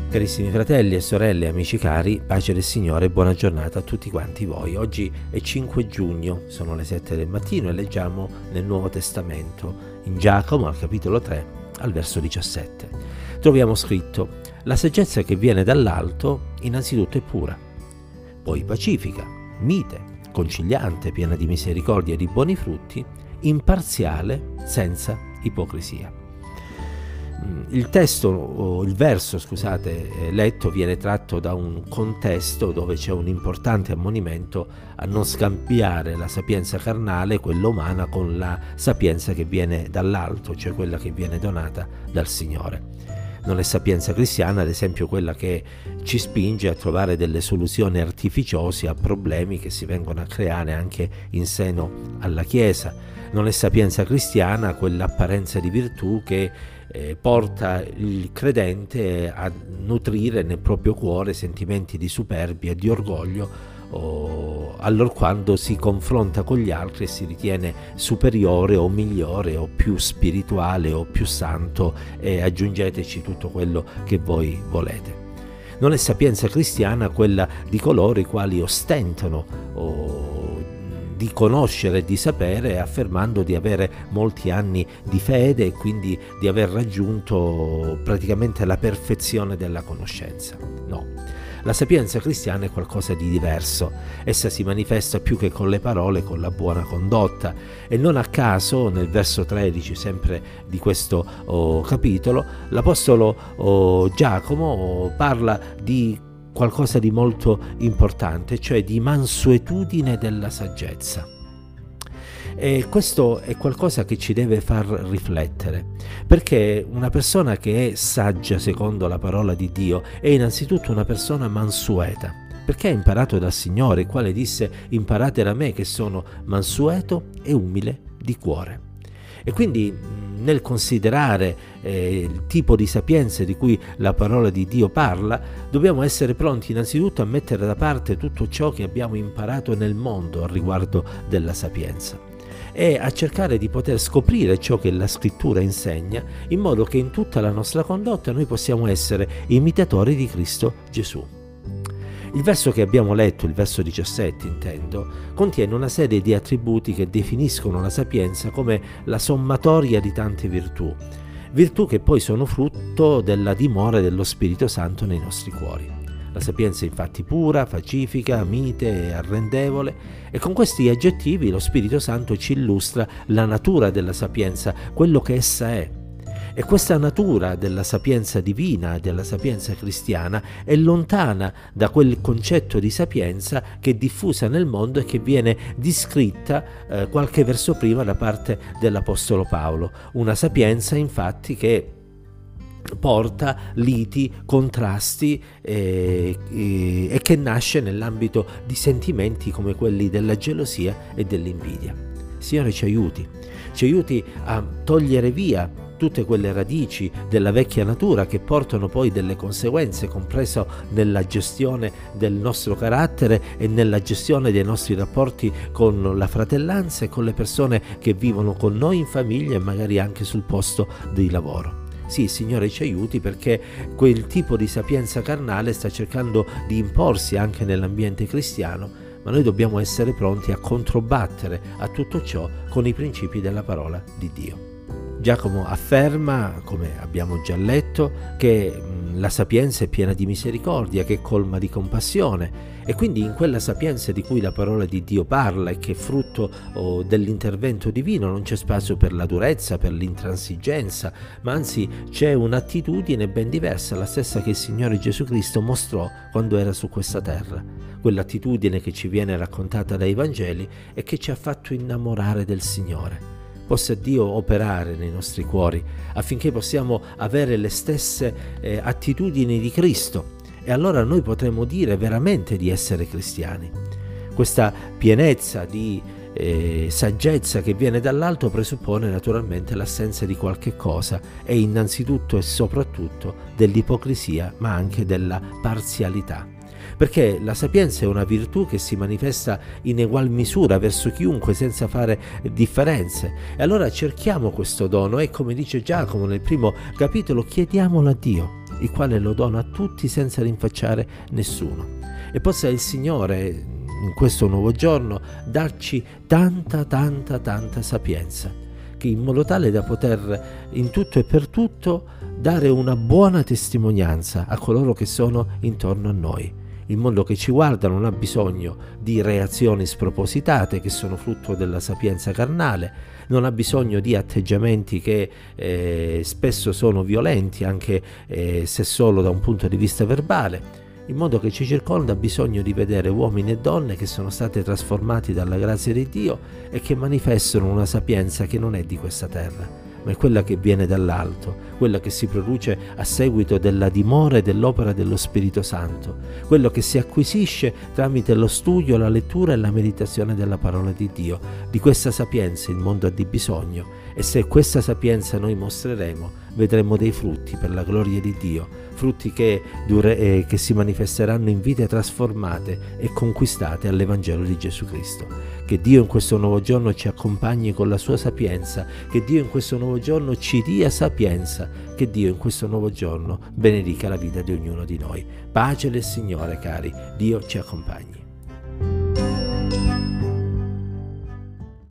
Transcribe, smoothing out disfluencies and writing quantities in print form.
Carissimi fratelli e sorelle, amici cari, pace del Signore e buona giornata a tutti quanti voi. Oggi è 5 giugno, sono le 7 del mattino e leggiamo nel Nuovo Testamento, in Giacomo, al capitolo 3, al verso 17. Troviamo scritto: la saggezza che viene dall'alto innanzitutto è pura, poi pacifica, mite, conciliante, piena di misericordia e di buoni frutti, imparziale, senza ipocrisia. Il testo, o il verso, letto viene tratto da un contesto dove c'è un importante ammonimento a non scambiare la sapienza carnale, quella umana, con la sapienza che viene dall'alto, cioè quella che viene donata dal Signore. Non è sapienza cristiana, ad esempio, quella che ci spinge a trovare delle soluzioni artificiose a problemi che si vengono a creare anche in seno alla Chiesa. Non è sapienza cristiana quell'apparenza di virtù che porta il credente a nutrire nel proprio cuore sentimenti di superbia e di orgoglio allorquando si confronta con gli altri e si ritiene superiore o migliore o più spirituale o più santo, e aggiungeteci tutto quello che voi volete. Non è sapienza cristiana quella di coloro i quali ostentano di conoscere e di sapere, affermando di avere molti anni di fede e quindi di aver raggiunto praticamente la perfezione della conoscenza. No, la sapienza cristiana è qualcosa di diverso. Essa si manifesta più che con le parole, con la buona condotta, e non a caso nel verso 13 sempre di questo capitolo l'apostolo Giacomo parla di qualcosa di molto importante, cioè di mansuetudine della saggezza. E questo è qualcosa che ci deve far riflettere, perché una persona che è saggia secondo la parola di Dio è innanzitutto una persona mansueta, perché ha imparato dal Signore, il quale disse: imparate da me che sono mansueto e umile di cuore. E quindi nel considerare il tipo di sapienza di cui la parola di Dio parla, dobbiamo essere pronti innanzitutto a mettere da parte tutto ciò che abbiamo imparato nel mondo a riguardo della sapienza e a cercare di poter scoprire ciò che la Scrittura insegna, in modo che in tutta la nostra condotta noi possiamo essere imitatori di Cristo Gesù. Il verso che abbiamo letto, il verso 17 intendo, contiene una serie di attributi che definiscono la sapienza come la sommatoria di tante virtù che poi sono frutto della dimora dello Spirito Santo nei nostri cuori. La sapienza è infatti pura, pacifica, mite e arrendevole, e con questi aggettivi lo Spirito Santo ci illustra la natura della sapienza, quello che essa è. E questa natura della sapienza divina, della sapienza cristiana, è lontana da quel concetto di sapienza che è diffusa nel mondo e che viene descritta qualche verso prima da parte dell'Apostolo Paolo. Una sapienza infatti che porta liti, contrasti e che nasce nell'ambito di sentimenti come quelli della gelosia e dell'invidia. Signore, ci aiuti a togliere via tutte quelle radici della vecchia natura che portano poi delle conseguenze, compreso nella gestione del nostro carattere e nella gestione dei nostri rapporti con la fratellanza e con le persone che vivono con noi in famiglia e magari anche sul posto di lavoro. Sì, Signore, ci aiuti, perché quel tipo di sapienza carnale sta cercando di imporsi anche nell'ambiente cristiano, ma noi dobbiamo essere pronti a controbattere a tutto ciò con i principi della parola di Dio. Giacomo afferma, come abbiamo già letto, che la sapienza è piena di misericordia, che è colma di compassione, e quindi in quella sapienza di cui la parola di Dio parla e che è frutto dell'intervento divino non c'è spazio per la durezza, per l'intransigenza, ma anzi c'è un'attitudine ben diversa, la stessa che il Signore Gesù Cristo mostrò quando era su questa terra, quell'attitudine che ci viene raccontata dai Vangeli e che ci ha fatto innamorare del Signore. Possa Dio operare nei nostri cuori affinché possiamo avere le stesse attitudini di Cristo, e allora noi potremo dire veramente di essere cristiani. Questa pienezza di saggezza che viene dall'alto presuppone naturalmente l'assenza di qualche cosa, e innanzitutto e soprattutto dell'ipocrisia, ma anche della parzialità. Perché la sapienza è una virtù che si manifesta in egual misura verso chiunque, senza fare differenze. E allora cerchiamo questo dono e, come dice Giacomo nel primo capitolo, chiediamolo a Dio. il quale lo dona a tutti senza rinfacciare nessuno. E possa il Signore in questo nuovo giorno darci tanta sapienza, che in modo tale da poter in tutto e per tutto dare una buona testimonianza a coloro che sono intorno a noi. Il mondo che ci guarda non ha bisogno di reazioni spropositate che sono frutto della sapienza carnale, non ha bisogno di atteggiamenti che spesso sono violenti, anche se solo da un punto di vista verbale. Il mondo che ci circonda ha bisogno di vedere uomini e donne che sono stati trasformati dalla grazia di Dio e che manifestano una sapienza che non è di questa terra, ma è quella che viene dall'alto, quella che si produce a seguito della dimora e dell'opera dello Spirito Santo, quello che si acquisisce tramite lo studio, la lettura e la meditazione della parola di Dio. Di questa sapienza il mondo ha di bisogno, e se questa sapienza noi mostreremo, vedremo dei frutti per la gloria di Dio, frutti che si manifesteranno in vite trasformate e conquistate all'Evangelo di Gesù Cristo. Che Dio in questo nuovo giorno ci accompagni con la sua sapienza, che Dio in questo nuovo giorno ci dia sapienza, che Dio in questo nuovo giorno benedica la vita di ognuno di noi. Pace del Signore, cari, Dio ci accompagni.